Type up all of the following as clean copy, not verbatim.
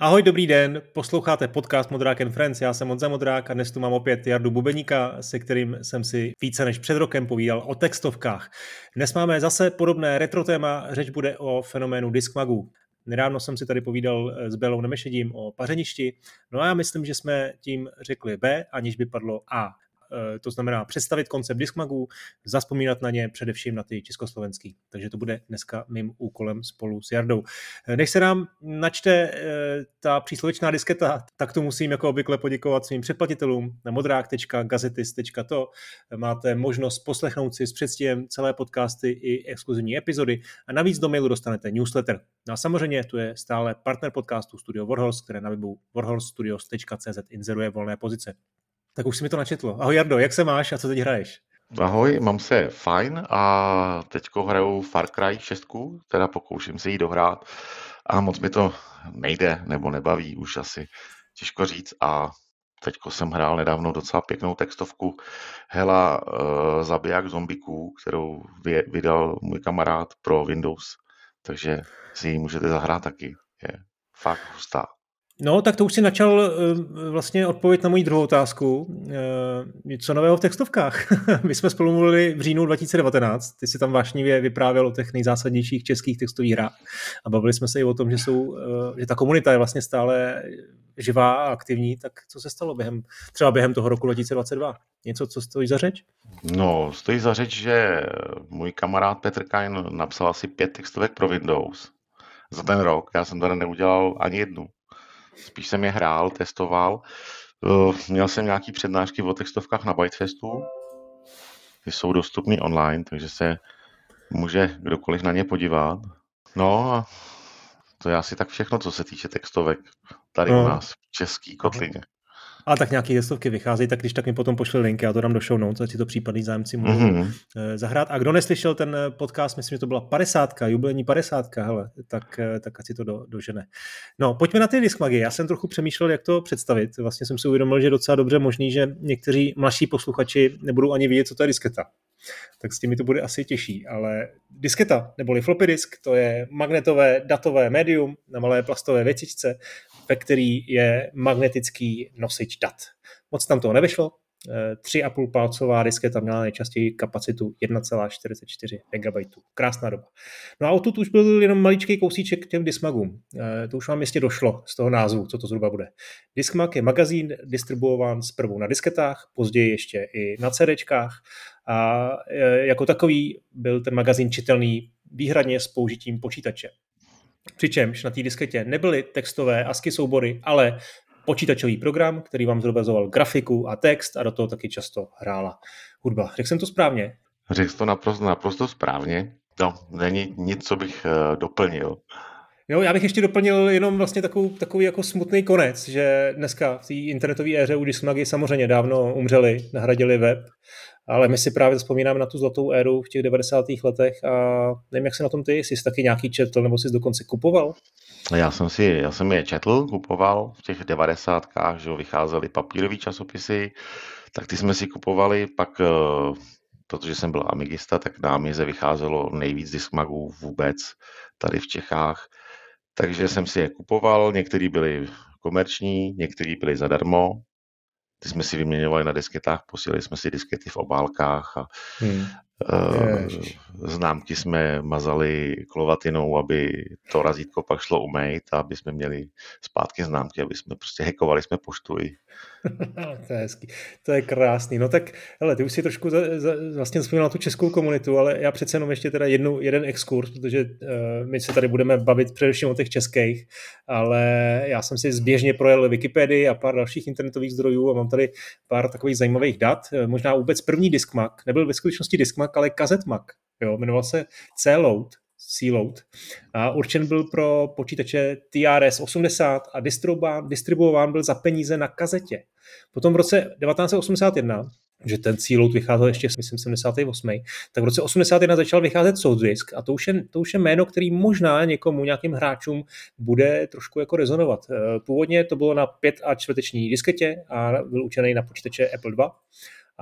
Ahoj, dobrý den, posloucháte podcast Modrák & Friends, já jsem Honza Modrák a dnes tu mám opět Jardu Bubeníka, se kterým jsem si více než před rokem povídal o textovkách. Dnes máme zase podobné retro téma, řeč bude o fenoménu diskmagů. Nedávno jsem si tady povídal s Bélou Nemešedím o pařeništi, no a já myslím, že jsme tím řekli B, aniž by padlo A. To znamená představit koncept diskmagů, zazpomínat na ně, především na ty československý. Takže to bude dneska mým úkolem spolu s Jardou. Než se nám načte ta příslovečná disketa, tak to musím jako obvykle poděkovat svým předplatitelům na modrák.gazetis.to. Máte možnost poslechnout si s předstihem celé podcasty i exkluzivní epizody a navíc do mailu dostanete newsletter. No a samozřejmě tu je stále partner podcastu Studio Warhorse, které na webu warhorsestudios.cz inzeruje volné pozice. Tak už si mi to načetlo. Ahoj Jardo, jak se máš a co teď hraješ? Ahoj, mám se fajn a teďko hraju Far Cry 6, teda pokouším se jí dohrát a moc mi to nejde nebo nebaví, už asi těžko říct a teďko jsem hrál nedávno docela pěknou textovku Hela zabiják zombiků, kterou vydal můj kamarád pro Windows, takže si ji můžete zahrát taky, je fakt hustá. No, tak to už si načal vlastně odpověď na moji druhou otázku. Co nového v textovkách? My jsme spolu mluvili v říjnu 2019. Ty si tam vášnivě vyprávěl o těch nejzásadnějších českých textových hrách. A bavili jsme se i o tom, že ta komunita je vlastně stále živá a aktivní. Tak co se stalo třeba během toho roku 2022? Něco, co stojí za řeč? No, stojí za řeč, že můj kamarád Petr Kain napsal asi 5 textovek pro Windows za ten rok. Já jsem tady neudělal ani jednu. Spíš jsem je hrál, testoval. Měl jsem nějaký přednášky o textovkách na Bytefestu. Ty jsou dostupný online, takže se může kdokoliv na ně podívat. No a to je asi tak všechno, co se týče textovek tady u nás v český kotlině. A tak nějaké textovky vycházejí, tak když tak mi potom pošli link, já to dám do show notes, ať si to případný zájemci můžou zahrát. A kdo neslyšel ten podcast, myslím, že to byla 50, jubilejní 50, hele, tak ať si to dožene. No, pojďme na ty diskmagy. Já jsem trochu přemýšlel, jak to představit. Vlastně jsem si uvědomil, že je docela dobře možný, že někteří mladší posluchači nebudou ani vědět, co to je disketa. Tak s těmi to bude asi těžší, ale disketa, neboli floppy disk, to je magnetové datové médium na malé plastové věcičce, ve který je magnetický nosič dat. Moc tam toho nevyšlo, 3,5 palcová disketa měla nejčastěji kapacitu 1,44 MB. Krásná doba. No a odtud už byl jenom maličký kousíček k těm diskmagům. To už vám jistě došlo z toho názvu, co to zhruba bude. Diskmag je magazín distribuován zprvu na disketách, později ještě i na CDčkách a jako takový byl ten magazín čitelný výhradně s použitím počítače. Přičemž na té disketě nebyly textové ASCII soubory, ale počítačový program, který vám zobrazoval grafiku a text a do toho taky často hrála hudba. Řekl jsem to správně? Řekl jsi to naprosto správně. No, není nic, co bych doplnil. Jo, já bych ještě doplnil jenom vlastně takový jako smutný konec, že dneska v té internetové éře u diskmagy samozřejmě dávno umřeli, nahradili web, ale my si právě vzpomínáme na tu zlatou éru v těch 90. letech a nevím, jak se na tom ty, jsi taky nějaký četl nebo jsi dokonce kupoval? Já jsem je četl, kupoval v těch 90kách, že vycházely papírové časopisy, tak ty jsme si kupovali, pak protože jsem byl amigista, tak na Amize vycházelo nejvíc diskmagů vůbec tady v Čechách, takže jsem si je kupoval, některý byly komerční, některý byly zadarmo, ty jsme si vyměňovali na disketách, posílali jsme si diskety v obálkách a známky jsme mazali klovatinou, aby to razítko pak šlo umýt a aby jsme měli zpátky známky, aby jsme prostě hackovali jsme poštu. To je hezký, to je krásný. No tak, hele, ty už si trošku vlastně vzpomínal tu českou komunitu, ale já přece jenom ještě teda jeden exkurs, protože my se tady budeme bavit především o těch českých, ale já jsem si zběžně projel Wikipedii a pár dalších internetových zdrojů a mám tady pár takových zajímavých dat. Možná vůbec první diskmag, nebyl ve skutečnosti diskmag, ale kazetmag. Jo, jmenoval se C-Load a určen byl pro počítače TRS-80 a distribuován byl za peníze na kazetě. Potom v roce 1981, že ten C-Load vycházel ještě, myslím, 78. Tak v roce 81 začal vycházet Softdisk a to už je jméno, který možná nějakým hráčům bude trošku jako rezonovat. Původně to bylo na 5 a čtvrteční disketě a byl učený na počítače Apple II.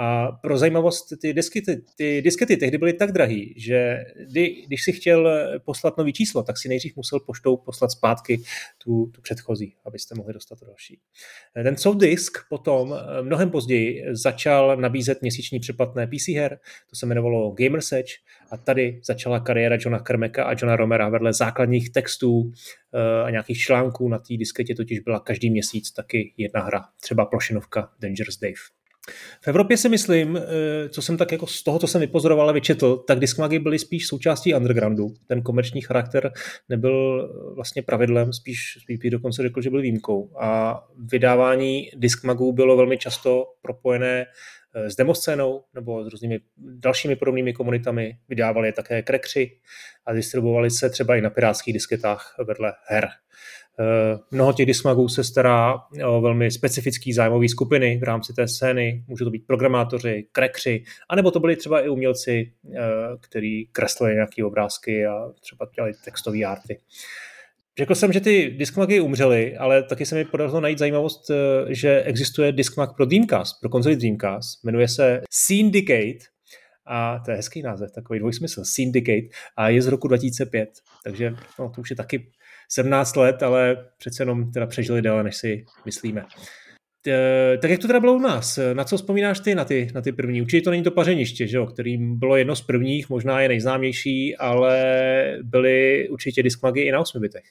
A pro zajímavost, ty diskety tehdy byly tak drahý, že když si chtěl poslat nový číslo, tak si nejdřív musel poštou poslat zpátky tu předchozí, abyste mohli dostat to další. Ten softdisk potom mnohem později začal nabízet měsíční předplatné PC her, to se jmenovalo Gamer's Edge, a tady začala kariéra Johna Carmacka a Johna Romera. Vedle základních textů a nějakých článků na té disketě totiž byla každý měsíc taky jedna hra, třeba plošinovka Dangerous Dave. V Evropě si myslím, co jsem tak jako z toho, co jsem vypozoroval a vyčetl, tak diskmagy byly spíš součástí undergroundu. Ten komerční charakter nebyl vlastně pravidlem, spíš bych dokonce řekl, že byl výjimkou. A vydávání diskmagů bylo velmi často propojené s demoscénou nebo s různými dalšími podobnými komunitami. Vydávali je také crackři a distribuovali se třeba i na pirátských disketách vedle her. Mnoho těch diskmagů se stará o velmi specifický zájmový skupiny v rámci té scény. Můžou to být programátoři, crackři, anebo to byli třeba i umělci, kteří kreslili nějaké obrázky a třeba dělali textové arty. Řekl jsem, že ty diskmagy umřely, ale taky se mi podařilo najít zajímavost, že existuje diskmag pro Dreamcast, pro konzoli Dreamcast. Jmenuje se Syndicate a to je hezký název, takový dvojsmysl, Syndicate, a je z roku 2005, takže to už je taky 17 let, ale přece jenom teda přežili déle, než si myslíme. Tak jak to teda bylo u nás? Na co vzpomínáš ty na ty první? Určitě to není to Pařeniště, že jo? Kterým bylo jedno z prvních, možná je nejznámější, ale byly určitě diskmagy i na 8 bitech.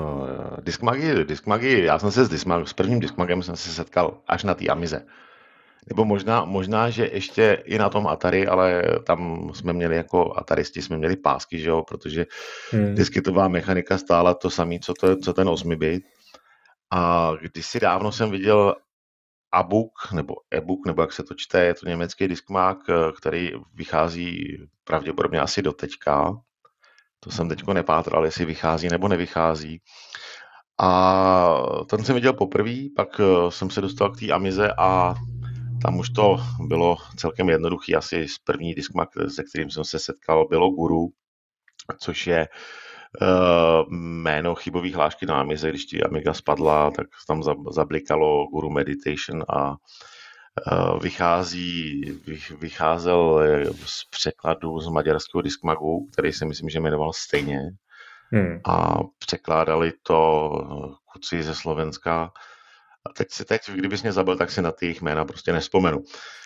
Diskmagy, já jsem se s prvním diskmagem jsem se setkal až na té Amize. Nebo možná, že ještě i na tom Atari, ale tam jsme měli jako ataristi, jsme měli pásky, že jo? Protože disketová mechanika stála to samé, co ten 8-bit. A kdysi dávno jsem viděl e-book, nebo jak se to čte, je to německý diskmák, který vychází pravděpodobně asi do teďka. To jsem teďko nepátral, jestli vychází nebo nevychází. A ten jsem viděl poprvé, pak jsem se dostal k té Amize a tam už to bylo celkem jednoduchý. Asi první diskmak, se kterým jsem se setkal, bylo Guru, což je jméno chybový hlášky na Amize. Když ti Amiga spadla, tak tam zablikalo Guru Meditation a vycházel z překladu z maďarského diskmagu, který si myslím, že jmenoval stejně. A překládali to kluci ze Slovenska. A teď, kdybys mě zabil, tak si na ty jejich jména prostě nespomenu.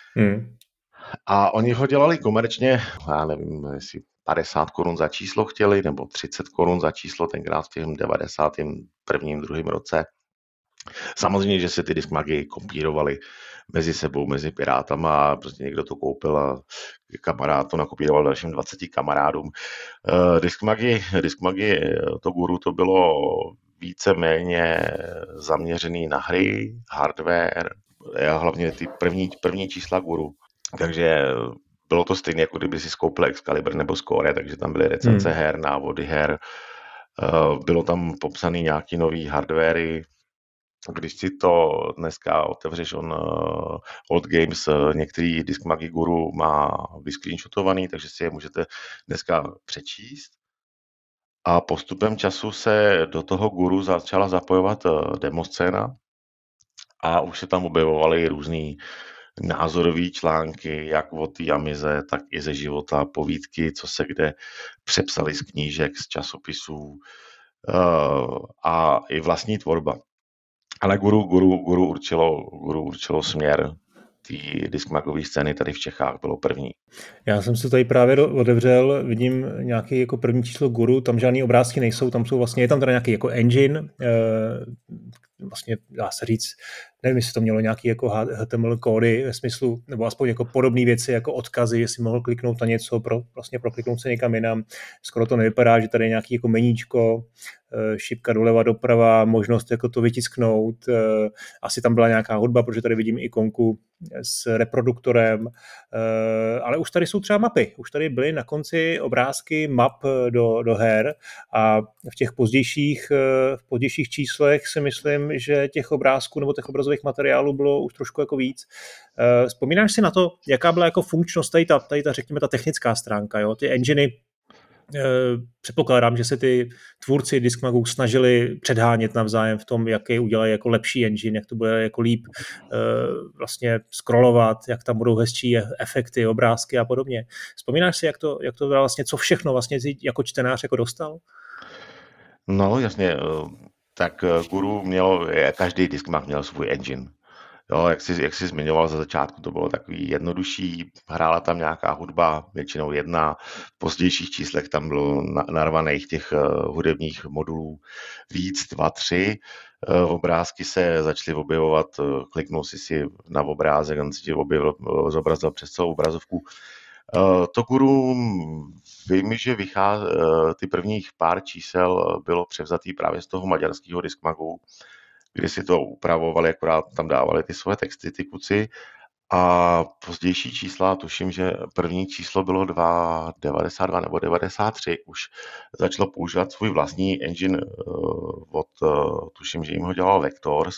A oni ho dělali komerčně, já nevím, jestli 50 korun za číslo chtěli, nebo 30 korun za číslo tenkrát v těch 91. 2. roce. Samozřejmě, že se ty diskmagy kopírovaly mezi sebou, mezi pirátama, prostě někdo to koupil a kamarád to nakopíroval dalším 20 kamarádům. Diskmagy, to Guru, to bylo víceméně zaměřený na hry, hardware, a hlavně ty první čísla Guru. Takže bylo to stejné, jako kdyby si skoupil Excalibur nebo Score, takže tam byly recenze her, návody her, bylo tam popsaný nějaký nový hardwary. Když si to dneska otevřeš Old Games, některý diskmagy Guru má vyscreenshotovaný, takže si je můžete dneska přečíst. A postupem času se do toho Guru začala zapojovat demoscéna a už se tam objevovaly různý názorové články, jak o té Amize, tak i ze života, povídky, co se kde přepsali z knížek, z časopisů a i vlastní tvorba. Ale Guru určilo směr té diskmagové scény tady v Čechách, bylo první. Já jsem se tady právě otevřel, vidím nějaký jako první číslo Guru, tam žádný obrázky nejsou, tam jsou vlastně, je tam teda nějaký jako engine, vlastně dá se říct, nevím, jestli to mělo nějaký jako HTML kódy ve smyslu, nebo aspoň jako podobné věci, jako odkazy, jestli mohl kliknout na něco, vlastně prokliknout se někam jinam. Skoro to nevypadá, že tady je nějaký jako meníčko, šipka doleva doprava, možnost jako to vytisknout. Asi tam byla nějaká hudba, protože tady vidím ikonku s reproduktorem, ale už tady jsou třeba mapy. Už tady byly na konci obrázky map do her a v těch pozdějších číslech si myslím, že těch obrázků nebo těch obrazových materiálů bylo už trošku jako víc. Vzpomínáš si na to, jaká byla jako funkčnost tady ta řekněme ta technická stránka, jo? Ty enginy Předpokládám, že se ty tvůrci Discmagu snažili předhánět navzájem v tom, jak je udělají jako lepší engine, jak to bude jako líp vlastně scrollovat, jak tam budou hezčí efekty, obrázky a podobně. Vzpomínáš si, jak to vlastně, co všechno vlastně jako čtenář jako dostal? No jasně, tak Guru každý Discmag měl svůj engine. Jo, jak jsi zmiňoval za začátku, to bylo takový jednodušší, hrála tam nějaká hudba, většinou jedna, v pozdějších číslech tam bylo narvaných těch hudebních modulů víc, 2, 3, obrázky se začaly objevovat, kliknul si na obrázek, on si ti zobrazil přes celou obrazovku. To Guru, vím, že ty prvních pár čísel bylo převzatý právě z toho maďarského Discmagu, kdy si to upravovali, akorát tam dávali ty svoje texty, ty kluci. A pozdější čísla, tuším, že první číslo bylo 2.92 nebo 93, už začalo používat svůj vlastní engine tuším, že jim ho dělal Vectors,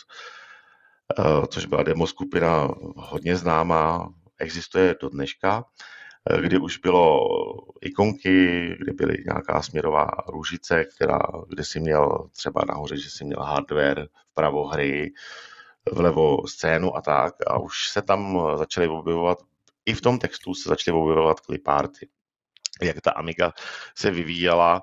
což byla demo skupina hodně známá, existuje do dneška, kdy už bylo ikonky, kde byly nějaká směrová růžice, kde si měl třeba nahoře, že si měl hardware, vpravo hry, vlevo scénu a tak. A už se tam začaly objevovat, i v tom textu se začaly objevovat cliparty. Jak ta Amiga se vyvíjela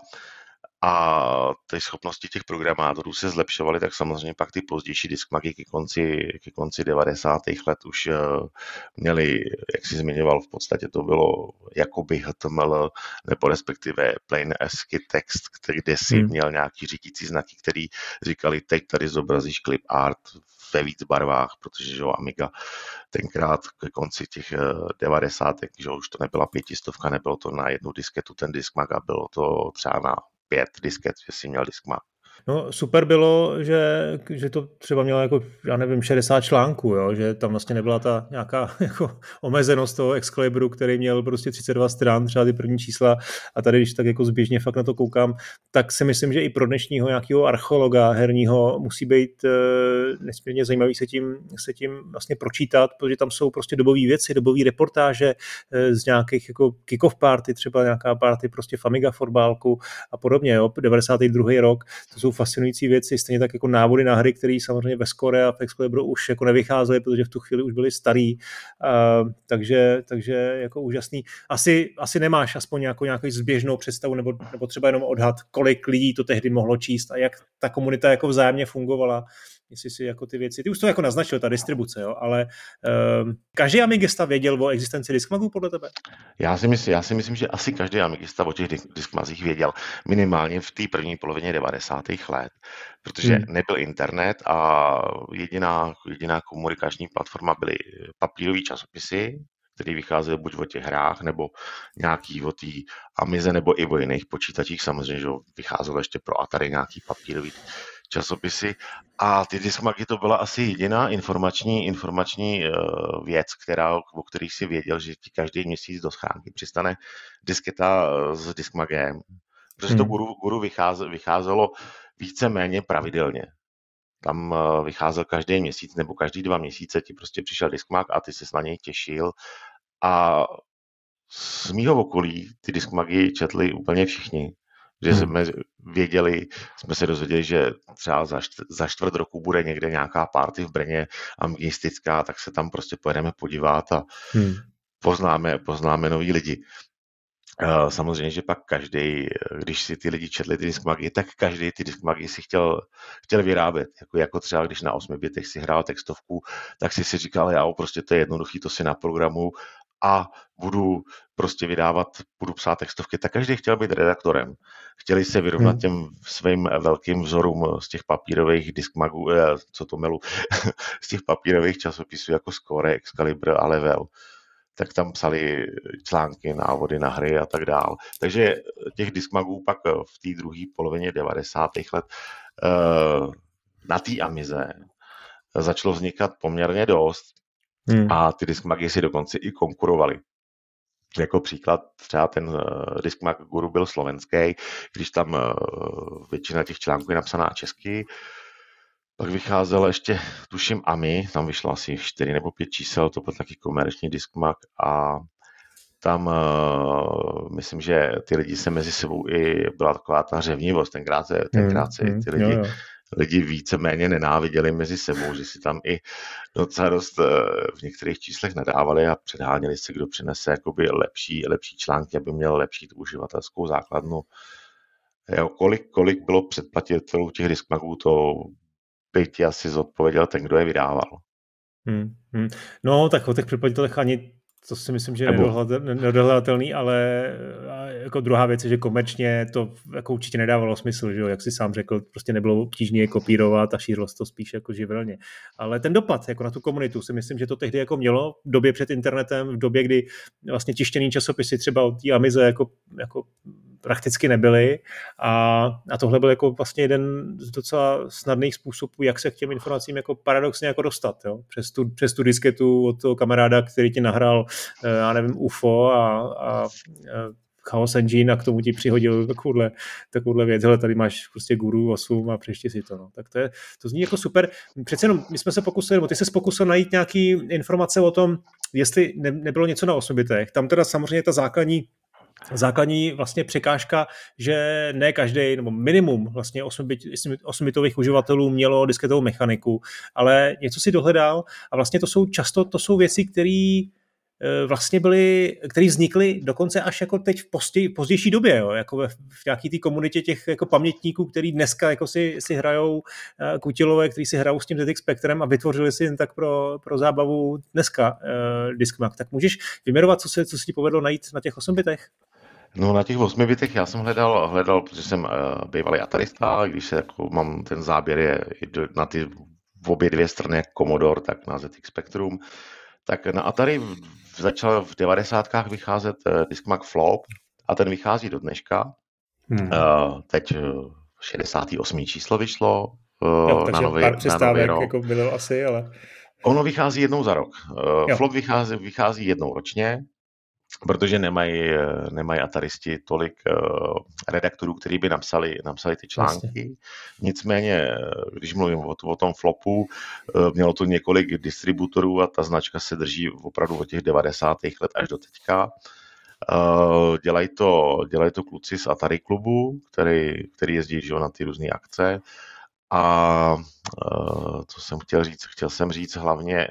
a ty schopnosti těch programátorů se zlepšovaly, tak samozřejmě pak ty pozdější Discmagy ke konci 90. let už měli, jak jsi zmiňoval, v podstatě to bylo jakoby HTML, nebo respektive plain ASCII text, kde si měl nějaký řídící znaky, který říkali, teď tady zobrazíš clip art ve víc barvách, protože že Amiga tenkrát ke konci těch 90. že už to nebyla 500, nebylo to na jednu disketu ten Discmag a bylo to třeba na 5 disket, že si měl Discmag. No super bylo, že to třeba mělo jako, já nevím, 60 článků, jo? Že tam vlastně nebyla ta nějaká jako omezenost toho Excaliburu, který měl prostě 32 stran, třeba ty první čísla a tady, když tak jako zběžně fakt na to koukám, tak si myslím, že i pro dnešního nějakého archeologa herního musí být nesmírně zajímavý se tím vlastně pročítat, protože tam jsou prostě dobové věci, dobové reportáže z nějakých jako kick-off party, třeba nějaká party prostě v Amiga fotbálku a podobně, jo? 92. rok, to jsou fascinující věci, stejně tak jako návody na hry, které samozřejmě ve Score a v Excaliburu už jako nevycházely, protože v tu chvíli už byly starý, takže jako úžasný. Asi nemáš aspoň nějakou zběžnou představu nebo třeba jenom odhad, kolik lidí to tehdy mohlo číst a jak ta komunita jako vzájemně fungovala, jestli si jako ty věci, ty už to jako naznačil, ta distribuce, jo, ale každý amigista věděl o existenci Discmagu podle tebe? Já si myslím, že asi každý amigista o těch Discmazích věděl, minimálně v té první polovině 90. let, protože nebyl internet a jediná komunikační platforma byly papírové časopisy, které vycházely buď o těch hrách, nebo nějaký o té Amize, nebo i o jiných počítačích. Samozřejmě, že vycházelo ještě pro Atari nějaký papírový časopisy a ty Discmagy to byla asi jediná informační věc, o kterých si věděl, že ti každý měsíc do schránky přistane disketa s Discmagem, protože to Guru vycházelo víceméně pravidelně. Tam vycházel každý měsíc nebo každý 2 měsíce ti prostě přišel Discmag a ty ses na něj těšil a z mýho okolí ty Discmagy četli úplně všichni. Že jsme se dozvěděli, že třeba za 4 roku bude někde nějaká party v Brně amigistická, tak se tam prostě pojedeme podívat a poznáme nový lidi. Samozřejmě, že pak každý, když si ty lidi četli ty Discmagy, tak každý ty Discmagy si chtěl vyrábět. Jako třeba, když na 8 bitech si hrál textovku, tak si říkal, já prostě to je jednoduchý, to si naprogramuju a budu psát textovky, tak každý chtěl být redaktorem. Chtěli se vyrovnat těm svým velkým vzorům z těch papírových Discmagů, z těch papírových časopisů jako Score, Excalibur a Level. Tak tam psali články, návody na hry a tak dál. Takže těch Discmagů pak v té druhé polovině 90. let na té Amize začalo vznikat poměrně dost a ty Discmagy si dokonce i konkurovaly. Jako příklad třeba ten Discmag Guru byl slovenský, když tam většina těch článků je napsaná česky. Pak vycházelo ještě, tuším, Ami, tam vyšlo asi 4 nebo 5 čísel, to byl taky komerční Discmag a tam myslím, že ty lidi se mezi sebou i byla taková ta řevnivost. Tenkrát se i ty lidi víceméně nenáviděli mezi sebou, že si tam i docela dost v některých číslech nadávali a předháněli se, kdo přinese jakoby lepší články, aby měl lepší tu uživatelskou základnu. Jo, kolik bylo předplatitelů těch diskmagů, to by ti asi zodpověděl ten, kdo je vydával. No, tak o těch předplatitelech ani, to si myslím, že je nedohledatelný, ale jako druhá věc je, že komerčně to jako určitě nedávalo smysl, že jo, jak si sám řekl, prostě nebylo obtížné je kopírovat a šířilo se to spíš jako živelně. Ale ten dopad jako na tu komunitu si myslím, že to tehdy jako mělo v době před internetem, v době, kdy vlastně tištěný časopisy třeba od té Amize jako prakticky nebyly a tohle byl jako vlastně jeden z docela snadných způsobů, jak se k těm informacím jako paradoxně jako dostat, jo? Přes tu disketu od toho kamaráda, který ti nahrál, já nevím, UFO a Chaos Engine a k tomu ti přihodil takovouhle věc. Hele, tady máš prostě Guru 8 a přešti si to. No. Tak to zní jako super. Přece jenom my jsme se pokusili, nebo ty jsi pokusil najít nějaký informace o tom, jestli nebylo něco na 8 bitech. Tam teda samozřejmě ta základní vlastně překážka, že ne každý, nebo minimum vlastně 8-bitových uživatelů mělo disketovou mechaniku, ale něco si dohledal a vlastně to jsou věci, které vlastně které vznikly dokonce až jako teď v pozdější době, jo, jako v nějaký té komunitě těch jako pamětníků, který dneska jako si hrajou kutilové, kteří si hrajou s tím ZX Spectrem a vytvořili si jen tak pro zábavu dneska diskmak. Tak můžeš vyjmenovat, co se ti povedlo najít na těch 8 bitech? No na těch 8 bitech já jsem hledal, protože jsem bývalý atarista, když se jako mám ten záběr je na ty obě dvě strany, jak Commodore, tak na ZX Spectrum, tak na Atari začal v 90kách vycházet diskmak Flop a ten vychází do dneška. Teď 68. číslo vyšlo na nový rok. Jako bylo asi, ale... Ono vychází jednou za rok. Flop vychází jednou ročně, protože nemají ataristi tolik redaktorů, kteří by napsali ty články. Vlastně. Nicméně, když mluvím o tom Flopu, mělo to několik distributorů a ta značka se drží opravdu od těch 90. let až do teďka. Dělají to kluci z Atari klubu, který jezdí na ty různé akce. A co jsem chtěl říct? Chtěl jsem říct hlavně,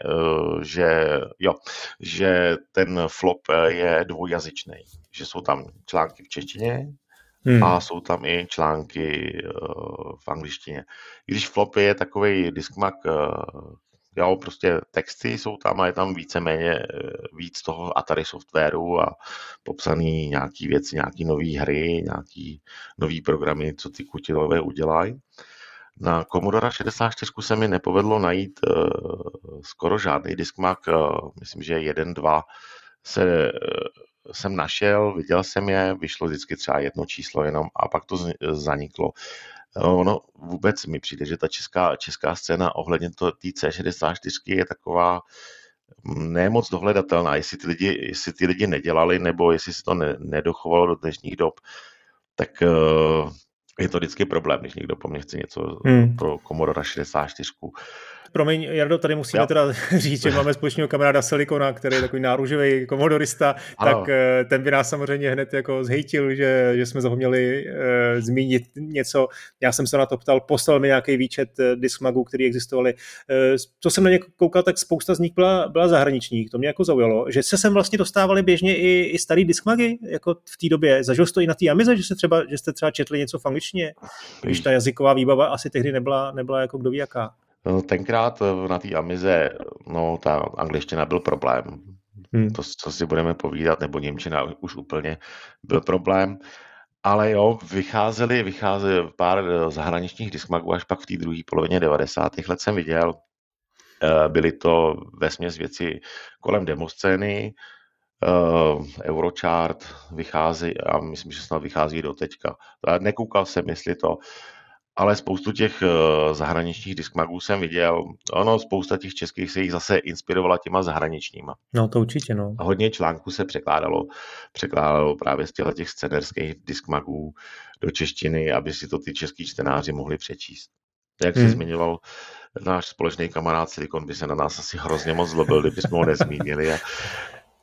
že ten Flop je dvojjazyčný, že jsou tam články v češtině a jsou tam i články v angličtině. Když Flop je takovej diskmak, prostě texty jsou tam a je tam víceméně víc toho Atari softwaru a popsaný nějaký věci, nějaký nový hry, nějaký nový programy, co ty kutilové udělají. Na Commodore 64 se mi nepovedlo najít skoro žádný diskmak, myslím, že 1-2 jsem našel, viděl jsem je, vyšlo vždycky třeba jedno číslo jenom a pak to zaniklo. Ono vůbec mi přijde, že ta česká scéna ohledně té C64 je taková nemoc dohledatelná, jestli ty lidi nedělali, nebo jestli se to nedochovalo do dnešních dob, tak je to vždycky problém, když někdo po mně chce něco pro Commodore 64. Promiň, Jardo, tady musíme teda říct, že máme společného kamaráda Silicona, který je takový náruživý komodorista, tak ten by nás samozřejmě hned jako zhejtil, že jsme zapomněli zmínit něco. Já jsem se na to ptal, poslal mi nějaký výčet diskmagů, který existovaly. Co jsem na ně koukal, tak spousta z nich byla zahraničních. To mě jako zaujalo, že se sem vlastně dostávaly běžně i starý diskmagy, jako v té době. Zažil jsi to i na té Amize, že jste třeba četli něco v angličtině, když ta jazyková výbava asi tehdy nebyla jako kdo ví jaká. Tenkrát na té Amize, ta angličtina byl problém. To, co si budeme povídat, nebo němčina už úplně byl problém. Ale jo, vycházely pár zahraničních diskmagů až pak v té druhé polovině 90. let jsem viděl. Byly to vesměs věci kolem demoscény, Eurochart vychází a myslím, že snad vychází do teďka. Nekoukal jsem, jestli to, ale spoustu těch zahraničních diskmagů jsem viděl. Spousta těch českých se jich zase inspirovala těma zahraničníma. No to určitě, no. Hodně článků se překládalo právě z těch scenerských diskmagů do češtiny, aby si to ty český čtenáři mohli přečíst. Jak jsi zmiňoval, náš společný kamarád Silicon by se na nás asi hrozně moc zlobil, kdybychom ho nezmínili. A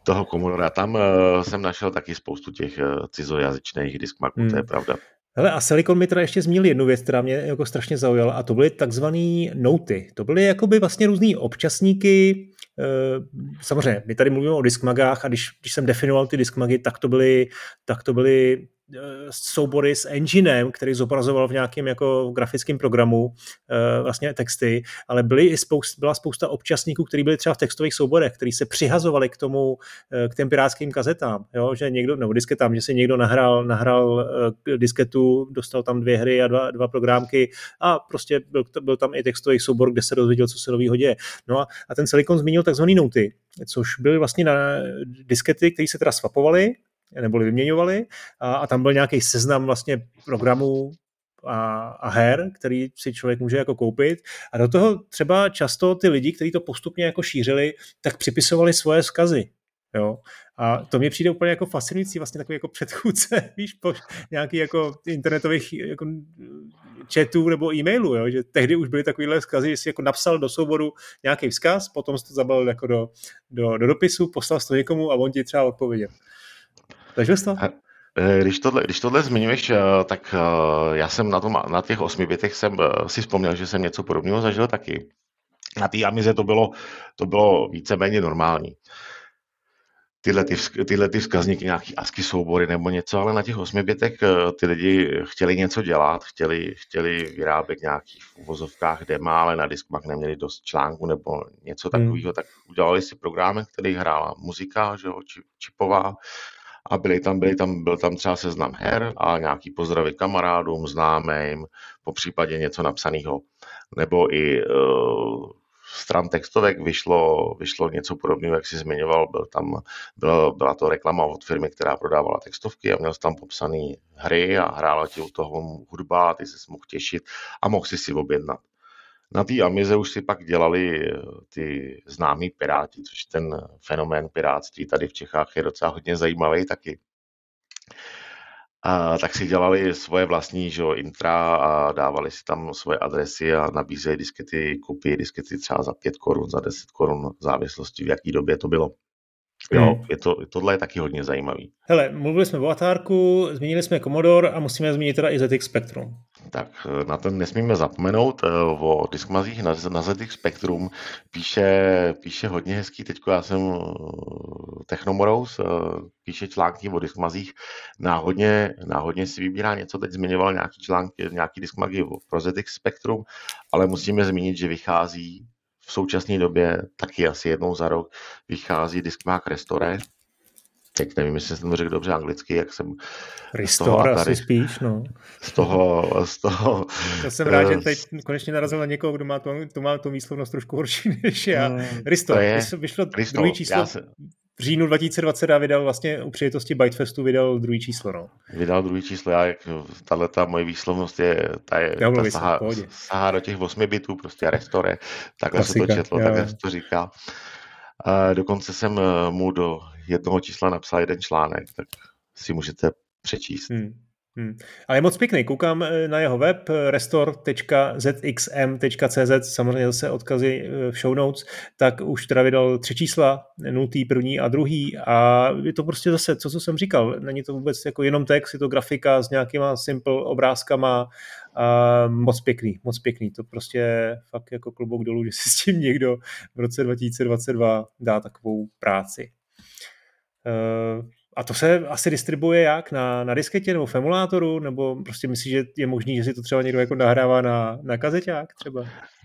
toho Commodora. Tam jsem našel taky spoustu těch cizojazyčných diskmaků, to je pravda. Hele, a Silicon mi teda ještě zmínil jednu věc, která mě jako strašně zaujala, a to byly takzvaný noty. To byly jakoby vlastně různý občasníky. Samozřejmě, my tady mluvíme o diskmagách, a když jsem definoval ty diskmagy, tak to byly soubory s enginem, který zobrazoval v nějakém jako grafickém programu vlastně texty, ale byla spousta občasníků, kteří byli třeba v textových souborech, kteří se přihazovali k těm pirátským kazetám, jo? Že někdo, nebo disketám, že si někdo nahrál disketu, dostal tam 2 hry a dva programky a prostě byl tam i textový soubor, kde se dozvěděl, co se novýho děje. No a ten Silicon zmínil takzvaný noty, což byly vlastně diskety, které se teda swapovaly neboli vyměňovali a tam byl nějaký seznam vlastně programů a her, který si člověk může jako koupit, a do toho třeba často ty lidi, kteří to postupně jako šířili, tak připisovali svoje vzkazy. Jo? A to mě přijde úplně jako fascinující, vlastně takový jako předchůdce, víš, po nějaký jako internetových jako chatů nebo e-mailů, jo? Že tehdy už byly takovýhle vzkazy, že jsi jako napsal do souboru nějaký vzkaz, potom jsi to zabalil jako do dopisu, poslal to někomu a on ti třeba odpověděl. Takže to? Když tohle zmiňuješ, tak já jsem na těch 8 bitech jsem si vzpomněl, že jsem něco podobného zažil taky. Na té Amize to bylo víceméně normální. Tyhle ty vzkazníky, nějaký ASCII soubory nebo něco, ale na těch 8 bitech ty lidi chtěli něco dělat, chtěli vyrábět nějaký v uvozovkách dema, ale na diskmach neměli dost článku nebo něco takového, tak udělali si programy, který hrála muzika, že jo, čipová, a byl tam třeba seznam her a nějaký pozdravy kamarádům, známým, popřípadě něco napsaného. Nebo i stran textovek vyšlo něco podobného, jak jsi zmiňoval. Byla to reklama od firmy, která prodávala textovky a měl jsi tam popsané hry a hrála ti u toho hudba, ty jsi mohl těšit a mohl si objednat. Na té Amize už si pak dělali ty známí piráti, což ten fenomén pirátství tady v Čechách je docela hodně zajímavý taky. A tak si dělali svoje vlastní intra a dávali si tam svoje adresy a nabízeli kopii diskety třeba za 5 korun, za 10 korun, v závislosti, v jaký době to bylo. Jo, tohle je taky hodně zajímavý. Hele, mluvili jsme o Atárku, zmínili jsme Commodore a musíme zmínit teda i ZX Spectrum. Tak na ten nesmíme zapomenout. O diskmazích na ZX Spectrum píše hodně hezký. Teďko já jsem Technomorous, píše články o diskmazích. Náhodně si vybírá něco, teď zmiňoval nějaký články, nějaký diskmagy pro ZX Spectrum, ale musíme zmínit, že vychází v současné době, taky asi jednou za rok, vychází diskmák Restore. Teď nevím, jestli jsem to řekl dobře anglicky, jak jsem Restore asi spíš, no. Z toho... Já jsem rád, že teď konečně narazil na někoho, kdo má tu výslovnost trošku horší než já. Restore, vyšlo druhý číslo. V říjnu 2020 vydal vlastně u příležitosti Bytefestu vydal druhý číslo, no. Vydal druhý číslo, tato moje výslovnost sahá do těch 8 bitů, prostě Restore, takhle se to četlo, takhle se to říká. Dokonce jsem mu do jednoho čísla napsal jeden článek, tak si můžete přečíst. Ale je moc pěkný, koukám na jeho web restore.zxm.cz, samozřejmě zase odkazy v show notes, tak už teda vydal 3 čísla, 0., 1. a 2. a je to prostě zase, co jsem říkal, není to vůbec jako jenom text, je to grafika s nějakýma simple obrázkama a moc pěkný, to prostě fakt jako klobouk dolů, že si s tím někdo v roce 2022 dá takovou práci. A to se asi distribuuje jak? Na disketě nebo v emulátoru? Nebo prostě myslíš, že je možný, že si to třeba někdo jako nahrává na kazeťák třeba?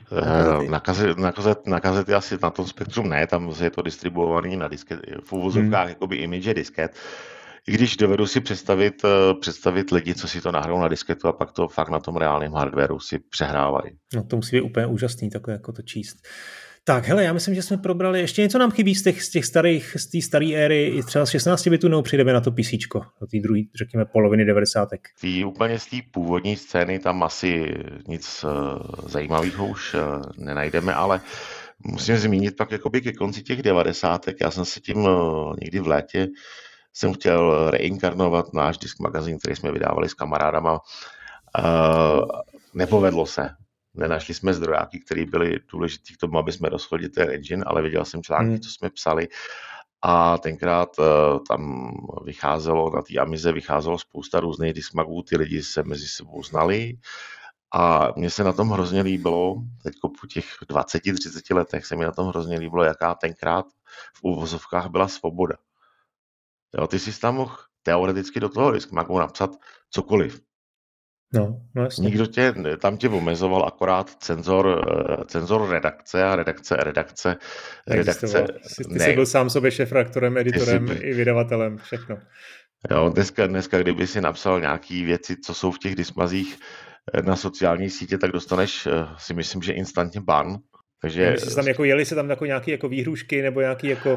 Na kazety asi na tom Spektrum ne, tam je to distribuovaný na disket, v uvozovkách jakoby image disket. I když dovedu si představit lidi, co si to nahrajou na disketu a pak to fakt na tom reálném hardwareu si přehrávají. No to musí být úplně úžasný takhle jako to číst. Tak, hele, já myslím, že jsme probrali, ještě něco nám chybí z té staré éry, i třeba z 16 bitů, nebo přijdeme na to PCčko, do té druhé, řekněme, poloviny 90. Úplně z té původní scény tam asi nic zajímavého už nenajdeme, ale musím zmínit pak jakoby ke konci těch 90. Já jsem se tím někdy v létě jsem chtěl reinkarnovat náš disk magazín, který jsme vydávali s kamarádama. Nepovedlo se. Nenašli jsme zdrojáky, které byly důležitý k tomu, aby jsme rozhodli ten engine, ale viděl jsem články, co jsme psali a tenkrát tam vycházelo, na té Amize vycházelo spousta různých diskmagů, ty lidi se mezi sebou znali a mně se na tom hrozně líbilo, teď po těch 20-30 letech se mi na tom hrozně líbilo, jaká tenkrát v uvozovkách byla svoboda. Jo, ty jsi tam mohl teoreticky do toho diskmagu napsat cokoliv. No jasně. Nikdo tam tě omezoval, akorát cenzor redakce a redakce. Ty jsi byl sám sobě šéfredaktorem, editorem i vydavatelem, všechno. Jo, dneska, kdyby si napsal nějaký věci, co jsou v těch diskmazích na sociální sítě, tak dostaneš, si myslím, že instantně ban. Takže myslíš, tam jako jeli se tam jako nějaký jako výhrušky nebo nějaký jako...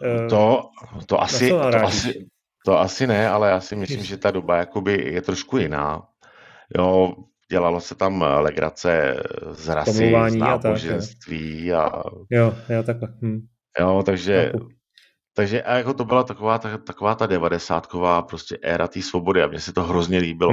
To asi ne, ale já si myslím, že ta doba jakoby je trošku jiná. Jo, dělalo se tam legrace z rasy, z náboženství a... Jo, takhle. Jo, takže a jako to byla taková ta 90ková prostě éra té svobody a mně se to hrozně líbilo.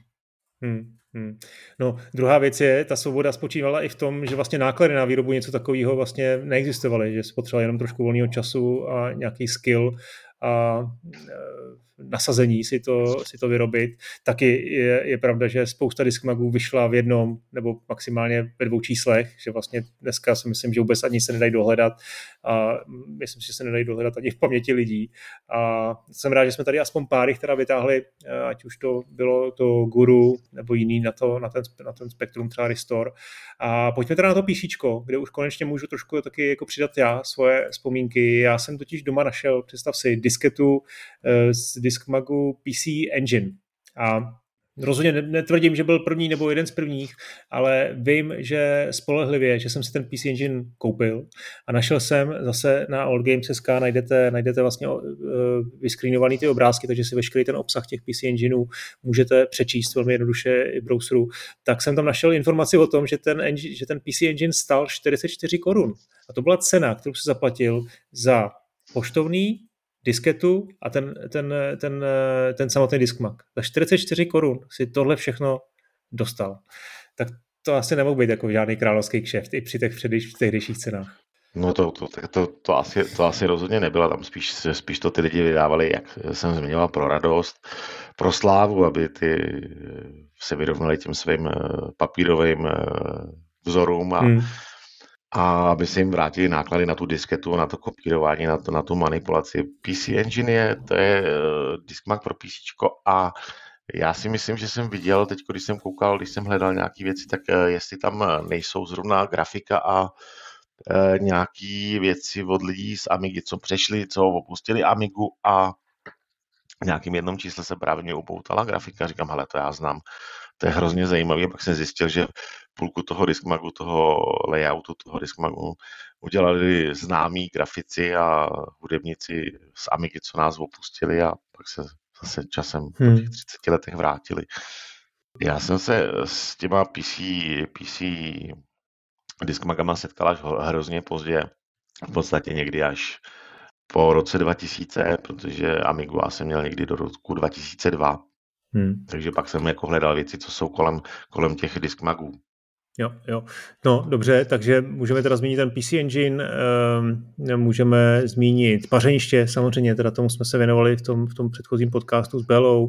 No, druhá věc je, ta svoboda spočívala i v tom, že vlastně náklady na výrobu něco takového vlastně neexistovaly, že spotřeboval jenom trošku volného času a nějaký skill a nasazení si to vyrobit. Taky je pravda, že spousta diskmagů vyšla v jednom nebo maximálně ve 2 číslech, že vlastně dneska si myslím, že vůbec ani se nedají dohledat a myslím si, že se nedají dohledat ani v paměti lidí. A jsem rád, že jsme tady aspoň páry, která vytáhli, ať už to bylo to Guru nebo jiný na ten spektrum, třeba Restore. A pojďme teda na to písíčko, kde už konečně můžu trošku taky jako přidat já svoje vzpomínky. Já jsem totiž doma našel, představ si, disketu z diskmagu PC Engine. A rozhodně netvrdím, že byl první nebo jeden z prvních, ale vím, že spolehlivě, že jsem si ten PC Engine koupil a našel jsem zase na oldgames.sk najdete vlastně vyscreenovaný ty obrázky, takže si veškerý ten obsah těch PC Engineů můžete přečíst velmi jednoduše i browseru. Tak jsem tam našel informaci o tom, že ten PC Engine stál 44 korun. A to byla cena, kterou si zaplatil za poštovný, disketu a ten samotný diskmag. Za 44 korun si tohle všechno dostal. Tak to asi nemohl být jako žádný královský kšeft i při těch tehdejších cenách. No to asi rozhodně nebylo, tam spíš to ty lidi vydávali, jak jsem zmiňoval, pro radost, pro slávu, aby ty se vyrovnali těm svým papírovým vzorům a aby se jim vrátili náklady na tu disketu, na to kopírování, na tu manipulaci. PC Engine to je diskmag pro PCčko a já si myslím, že jsem viděl teď, když jsem hledal nějaké věci, tak jestli tam nejsou zrovna grafika a nějaké věci od lidí z Amigy, co přešli, co opustili Amigu a v nějakým jednom čísle se právě mě upoutala grafika. Říkám, hele, to já znám. To je hrozně zajímavé. Pak jsem zjistil, že půlku toho diskmagu, toho layoutu, toho diskmagu udělali známí grafici a hudebníci z Amigy, co nás opustili a pak se zase časem po těch 30 letech vrátili. Já jsem se s těma PC diskmagama setkal až hrozně pozdě. V podstatě někdy až po roce 2000, protože Amigu já jsem měl někdy do roku 2002. Takže pak jsem jako hledal věci, co jsou kolem těch diskmagů. Jo. No, dobře, takže můžeme teda zmínit ten PC Engine, můžeme zmínit pařeniště, samozřejmě, teda tomu jsme se věnovali v tom předchozím podcastu s Belou.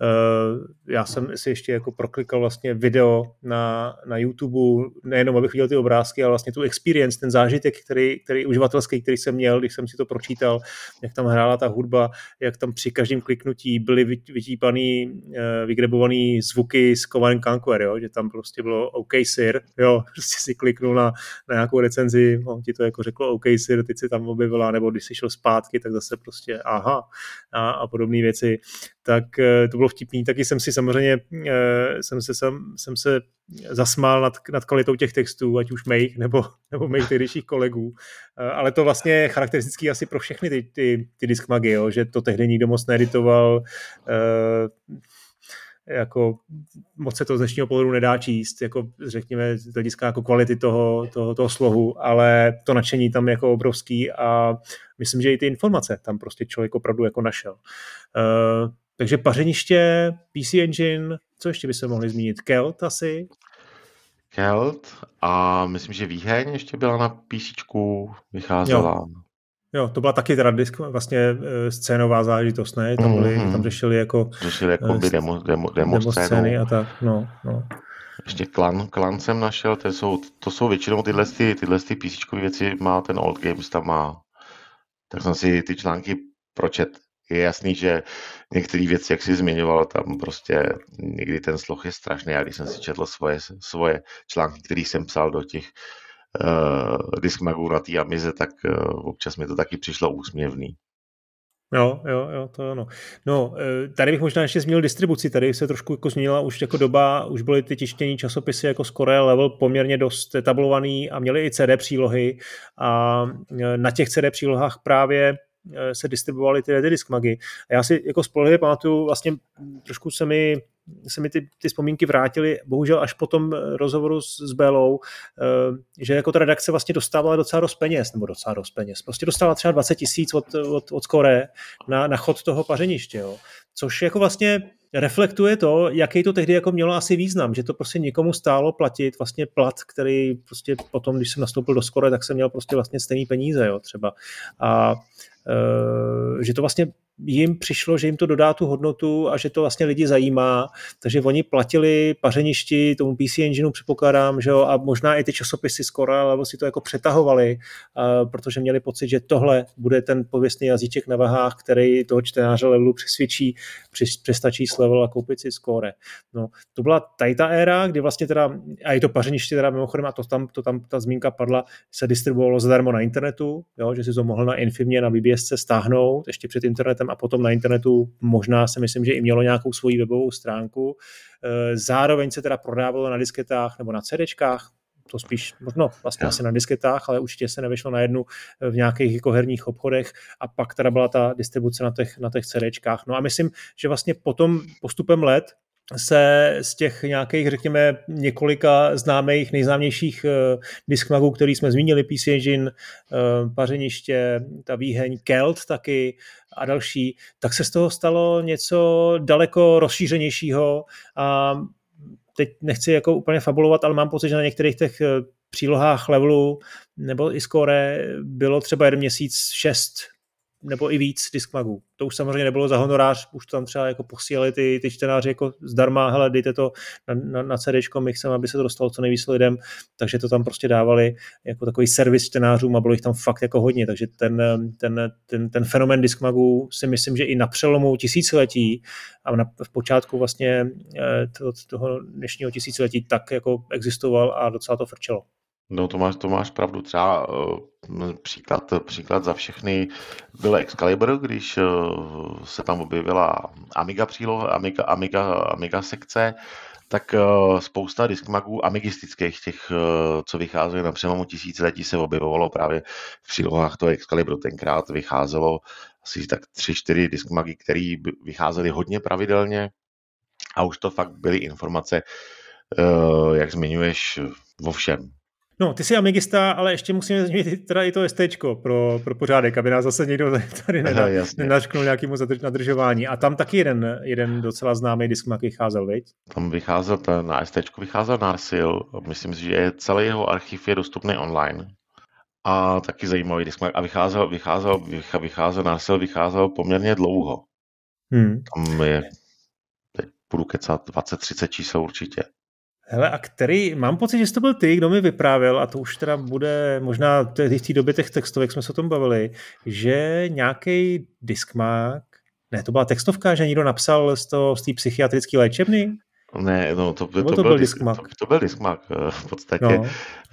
Já jsem si ještě jako proklikal vlastně video na YouTube, nejenom abych viděl ty obrázky, ale vlastně tu experience, ten zážitek, který uživatelský, který jsem měl, když jsem si to pročítal, jak tam hrála ta hudba, jak tam při každém kliknutí byly vytípaný, vygrebovaný zvuky z Command & Conquer, jo? Že tam prostě bylo OK sir, jo, prostě si kliknul na nějakou recenzi, ti to jako řeklo OK sir, teď si tam objevila, nebo když si šel zpátky, tak zase prostě aha a podobné věci. Tak to bylo vtipný, taky jsem si samozřejmě jsem se zasmál nad kvalitou těch textů, ať už mých nebo mých tehdejších kolegů, ale to vlastně je charakteristický asi pro všechny ty diskmagy, jo, že to tehdy nikdo moc needitoval, jako moc se to z dnešního pohledu nedá číst, jako řekněme z hlediska jako kvality toho slohu, ale to nadšení tam jako obrovský a myslím, že i ty informace tam prostě člověk opravdu jako našel. Takže pařeniště, PC Engine, co ještě by se mohli zmínit? Kelt asi? Kelt a myslím, že Výheň ještě byla na PCčku, vycházela. Jo, to byla taky teda vlastně scénová záležitost, ne? Tam řešili jako demo scény a tak, no. Ještě Klan jsem našel, to jsou většinou tyhle PC věci, má ten Old Games, tam má, tak jsem si ty články pročet. Je jasný, že některé věci, jak jsi zmiňoval, tam prostě někdy ten sloh je strašný. Já když jsem si četl svoje články, které jsem psal do těch Discmagů na té Amize, tak občas mi to taky přišlo úsměvný. Jo, to ano. No, tady bych možná ještě zmínil distribuci, tady se trošku jako změnila už jako doba, už byly ty tištění časopisy jako Score Level poměrně dost etablovaný a měly i CD přílohy a na těch CD přílohách právě se distribuovaly ty Discmagy. A já si jako spolehlivě pamatuju, vlastně trošku se mi ty vzpomínky vrátily, bohužel až po tom rozhovoru s Bélou, že jako ta redakce vlastně dostávala docela dost peněz, prostě dostala třeba 20 000 od Score na chod toho pařeniště, jo. Což jako vlastně reflektuje to, jaký to tehdy jako mělo asi význam, že to prostě někomu stálo platit vlastně plat, který prostě potom, když jsem nastoupil do Score, tak jsem měl prostě vlastně stejný peníze, jo, třeba. A že to vlastně jim přišlo, že jim to dodá tu hodnotu a že to vlastně lidi zajímá, takže oni platili pařeništi, tomu PC Engineu předpokládám, že jo, a možná i ty časopisy Score, ale si to jako přetahovali, protože měli pocit, že tohle bude ten pověstný jazyček na vahách, který toho čtenáře levelu přestačí s level a koupit si Score. No, to byla tady ta éra, kdy vlastně teda, a i to pařeniště teda mimochodem, a to tam ta zmínka padla, se distribuovalo zadarmo na internetu, jo, že si to mohl na Infimě, na BBSce stáhnout ještě před internetem a potom na internetu možná si myslím, že i mělo nějakou svoji webovou stránku. Zároveň se teda prodávalo na disketách nebo na CDčkách, to spíš možno vlastně asi na disketách, ale určitě se nevyšlo na jednu v nějakých jako herních obchodech a pak teda byla ta distribuce na těch CDčkách. No a myslím, že vlastně potom postupem let se z těch nějakých, řekněme, několika známých, nejznámějších Discmagů, který jsme zmínili, PC Engine, pařeniště, ta výheň, Kelt taky a další, tak se z toho stalo něco daleko rozšířenějšího a teď nechci jako úplně fabulovat, ale mám pocit, že na některých těch přílohách levelu nebo i Score bylo třeba 1 měsíc 6 nebo i víc Discmagů. To už samozřejmě nebylo za honorář, už tam třeba jako posílali ty čtenáři jako zdarma, hele, dejte to na CDčko, my chceme, aby se to dostalo co nejvíc lidem, takže to tam prostě dávali jako takový servis čtenářům a bylo jich tam fakt jako hodně, takže ten fenomén Discmagů si myslím, že i na přelomu tisíciletí a v počátku vlastně toho dnešního tisíciletí tak jako existoval a docela to frčelo. No to máš pravdu, třeba příklad za všechny byl Excalibur, když se tam objevila Amiga příloha, Amiga sekce, tak spousta Discmagů amigistických, těch, co vycházely na přelomu tisíciletí, se objevovalo právě v přílohách toho Excalibru. Tenkrát vycházelo asi tak 3-4 Discmagy, které vycházely hodně pravidelně a už to fakt byly informace, jak zmiňuješ, o všem. No, ty jsi amigista, ale ještě musíme zmínit teda i to STčko pro pořádek, aby nás zase někdo tady nenařknul nějakému nadržování. A tam taky jeden docela známý Discmag vycházel, viď? Tam vycházel, na STčku vycházel Narsil, myslím si, že celý jeho archiv je dostupný online. A taky zajímavý Discmag. A vycházel Narsil, vycházel poměrně dlouho. Tam je, teď budu kecat, 20-30 čísel určitě. Hele, a mám pocit, že jsi to byl ty, kdo mi vyprávěl, a to už teda bude možná v té době těch textovek jsme se o tom bavili, že nějaký Discmag, ne, to byla textovka, že někdo napsal z té psychiatrické léčebny? Ne, no to byl Discmag. To byl Discmag. V podstatě no.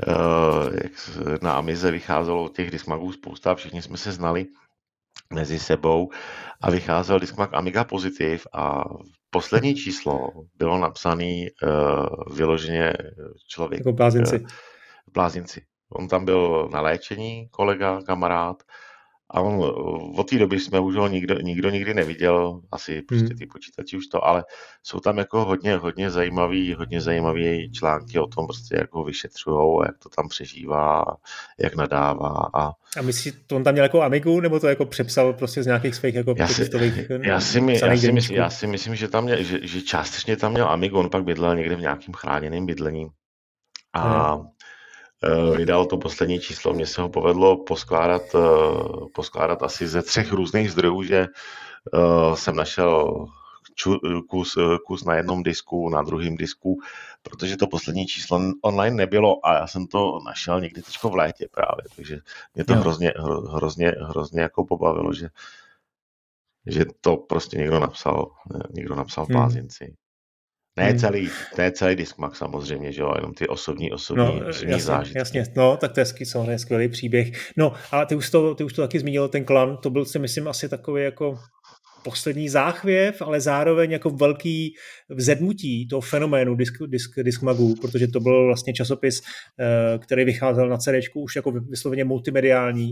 Na Amize vycházelo těch Discmagů spousta, všichni jsme se znali mezi sebou a vycházel Discmag Amiga Positive a poslední číslo bylo napsané vyloženě člověk. Jako blázinci. Blázinci. On tam byl na léčení, kolega, kamarád, a on od té doby jsme už ho nikdo nikdy neviděl, asi prostě ty počítači už to, ale jsou tam jako hodně zajímavý články o tom, prostě jak ho vyšetřujou, jak to tam přežívá, jak nadává. A myslíš, to on tam měl jako Amigu, nebo to jako přepsal prostě z nějakých svých jako já si myslím, že tam měl, že částečně tam měl Amigu, on pak bydlel někde v nějakým chráněném bydlení. A vydal to poslední číslo. Mně se ho povedlo poskládat asi ze 3 různých zdrojů, že jsem našel kus na jednom disku, na druhém disku, protože to poslední číslo online nebylo a já jsem to našel někdy teďko v létě právě, takže mě to hrozně jako pobavilo, že to prostě někdo napsal v blázinci. Ne celý Discmax samozřejmě, že jo, jenom ty osobní zážitky. Jasně, no, tak to je samozřejmě skvělý příběh. No, ale ty už to taky zmínil, ten klan, to byl si myslím asi takový jako poslední záchvěv, ale zároveň jako velký vzedmutí toho fenoménu Discmagu, protože to byl vlastně časopis, který vycházel na CDčku už jako vysloveně multimediální,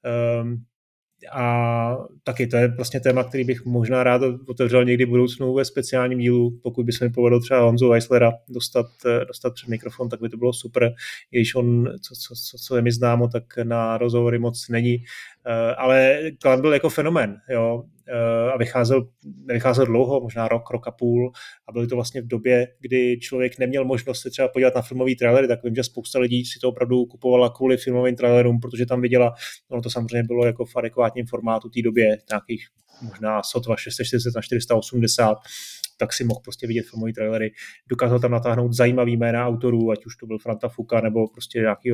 a taky to je vlastně téma, který bych možná rád otevřel někdy v budoucnu ve speciálním dílu, pokud by se mi povedlo třeba Honzu Weislera dostat před mikrofon, tak by to bylo super, i když on, co je mi známo, tak na rozhovory moc není, ale klan byl jako fenomén, jo, a nevycházel dlouho, možná rok a půl, a bylo to vlastně v době, kdy člověk neměl možnost se třeba podívat na filmový trailery, tak vím, že spousta lidí si to opravdu kupovala kvůli filmovým trailerům, protože tam viděla, ono to samozřejmě bylo jako v adekvátním formátu té době, nějakých možná sotva 640 na 480, tak si mohl prostě vidět filmový trailery. Dokázal tam natáhnout zajímavý jména autorů, ať už to byl Franta Fuka nebo prostě nějaký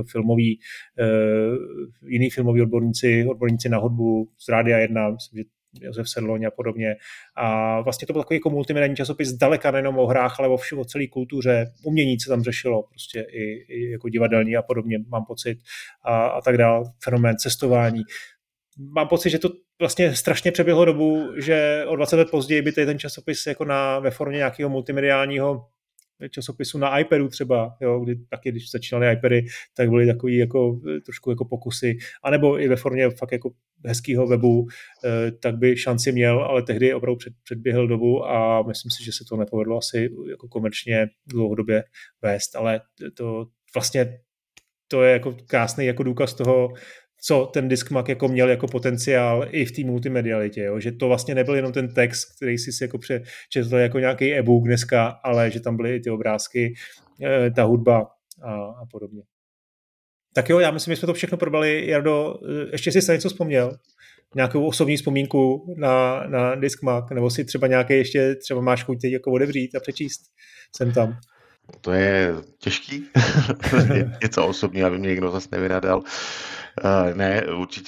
jiný filmový odborníci na hudbu z Rádia 1, myslím, že Josef Sedloň a podobně. A vlastně to byl takový jako multimediální časopis zdaleka nejenom o hrách, ale o celé kultuře. Umění se tam řešilo, prostě i jako divadelní a podobně, mám pocit, a tak dál. Fenomén cestování. Mám pocit, že to vlastně strašně přeběhlo dobu, že o 20 let později by ten časopis jako ve formě nějakého multimediálního časopisu na iPadu třeba, jo, když začínaly iPady, tak byly takový jako trošku jako pokusy, anebo i ve formě fakt jako hezkého webu, tak by šanci měl, ale tehdy opravdu předběhl dobu a myslím si, že se to nepovedlo asi jako komerčně dlouhodobě vést, ale to vlastně to je jako krásný jako důkaz toho, co ten Discmag jako měl jako potenciál i v té multimedialitě, jo? Že to vlastně nebyl jenom ten text, který si jako přečetl jako nějaký e-book dneska, ale že tam byly i ty obrázky, ta hudba a podobně. Tak jo, já myslím, že jsme to všechno probrali. Jardo, ještě jsi se něco vzpomněl? Nějakou osobní vzpomínku na Discmag, nebo si třeba nějaké ještě třeba máš chuť teď jako odevřít a přečíst sem tam? To je těžký. Něco osobní, aby mě někdo zase nevynadal. Ne,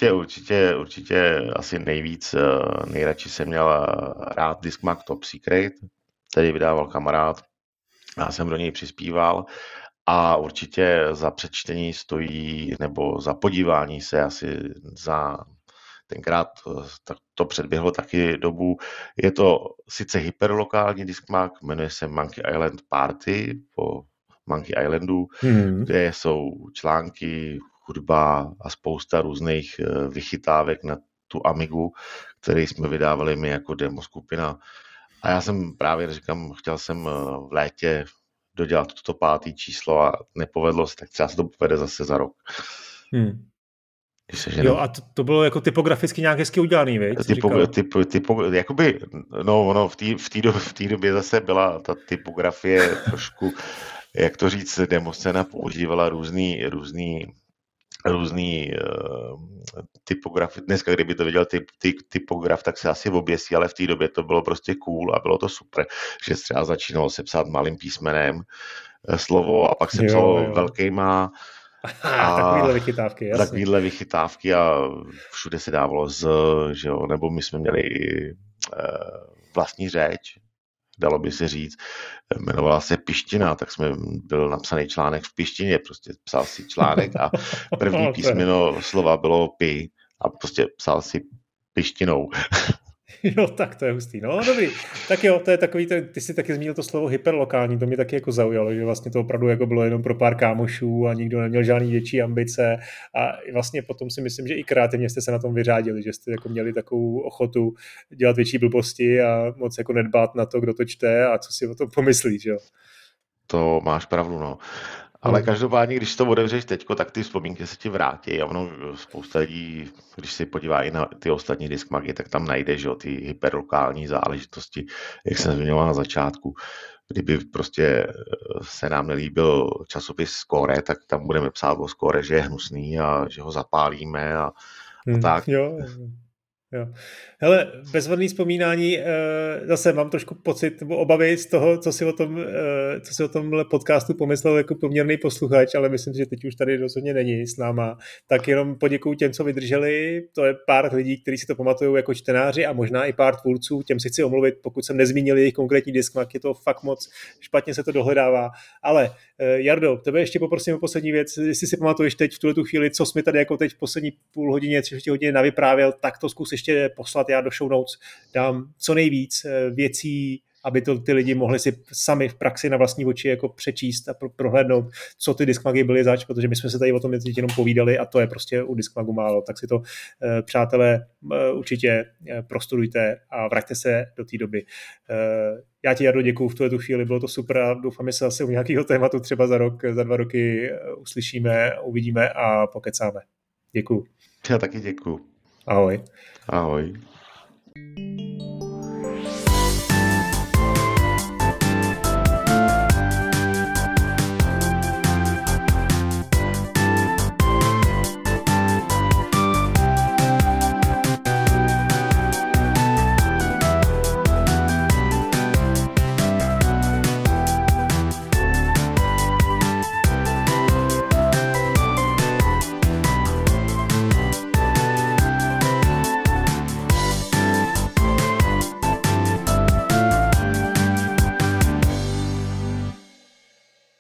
určitě asi nejradši jsem měl rád Discmag Top Secret, který vydával kamarád. Já jsem do něj přispíval a určitě za přečtení stojí, nebo za podívání se asi za tenkrát tak to předběhlo taky dobu. Je to sice hyperlokální Discmag, jmenuje se Monkey Island Party po Monkey Islandu, kde jsou články, hudba a spousta různých vychytávek na tu Amigu, které jsme vydávali my jako demo skupina. A já jsem právě chtěl jsem v létě dodělat toto 5. číslo a nepovedlo se, tak třeba se to povede zase za rok. Jo, a to bylo jako typograficky nějak hezky udělaný, viď? Jakoby, no ono v té době zase byla ta typografie trošku, jak to říct, demoscéna používala různý typografy. Dneska, kdyby to viděl typograf, tak se asi oběsí, ale v té době to bylo prostě cool a bylo to super, že třeba začínalo se psát malým písmenem slovo a pak se psalo velkýma. Takovýhle vychytávky a všude se dávalo že jo, nebo my jsme měli vlastní řeč, dalo by se říct, jmenovala se Piština, tak byl napsaný článek v pištině, prostě psal si článek a první písmeno slova bylo pi a prostě psal si pištinou. Jo, tak to je hustý. No, dobrý. Tak jo, to je takový, ty jsi taky zmínil to slovo hyperlokální, to mě taky jako zaujalo, že vlastně to opravdu jako bylo jenom pro pár kámošů a nikdo neměl žádný větší ambice a vlastně potom si myslím, že i kreativně jste se na tom vyřádili, že jste jako měli takovou ochotu dělat větší blbosti a moc jako nedbát na to, kdo to čte a co si o tom pomyslí, že jo. To máš pravdu, no. Ale každopádně, když to otevřeš teďko, tak ty vzpomínky se ti vrátí a ono spousta lidí, když si podívá i na ty ostatní Discmagy, tak tam najde, že ty hyperlokální záležitosti, jak jsem zmiňoval na začátku. Kdyby prostě se nám nelíbil časopis Score, tak tam budeme psát o Score, že je hnusný a že ho zapálíme a tak. Jo. Hele, bezvadný vzpomínání, zase mám trošku pocit nebo obavy z toho, co si o tomhle podcastu pomyslel jako poměrný posluchač, ale myslím si, že teď už tady rozhodně není s náma. Tak jenom poděkuju těm, co vydrželi, to je pár lidí, kteří si to pamatují jako čtenáři a možná i pár tvůrců, těm si chci omluvit, pokud jsem nezmínil jejich konkrétní Discmag, je to fakt moc špatně se to dohledává, ale Jardo, tebe ještě poprosím o poslední věc, jestli si pamatuješ teď v tuto chvíli, co jsme tady jako teď v poslední půl hodině, 3 hodiny navyprávěl, tak to zkus ještě poslat, já do show notes dám co nejvíc věcí, aby to ty lidi mohli si sami v praxi na vlastní oči jako přečíst a prohlédnout, co ty Discmagy byly zač, protože my jsme se tady o tom jenom povídali a to je prostě u Discmagu málo, tak si to přátelé určitě prostudujte a vraťte se do té doby. Já ti, Jardo, děkuju v tuhle chvíli, bylo to super a doufám, že se zase u nějakého tématu třeba za 2 roky uslyšíme, uvidíme a pokecáme. Děkuju. Já taky děkuju. Ahoj. Ahoj.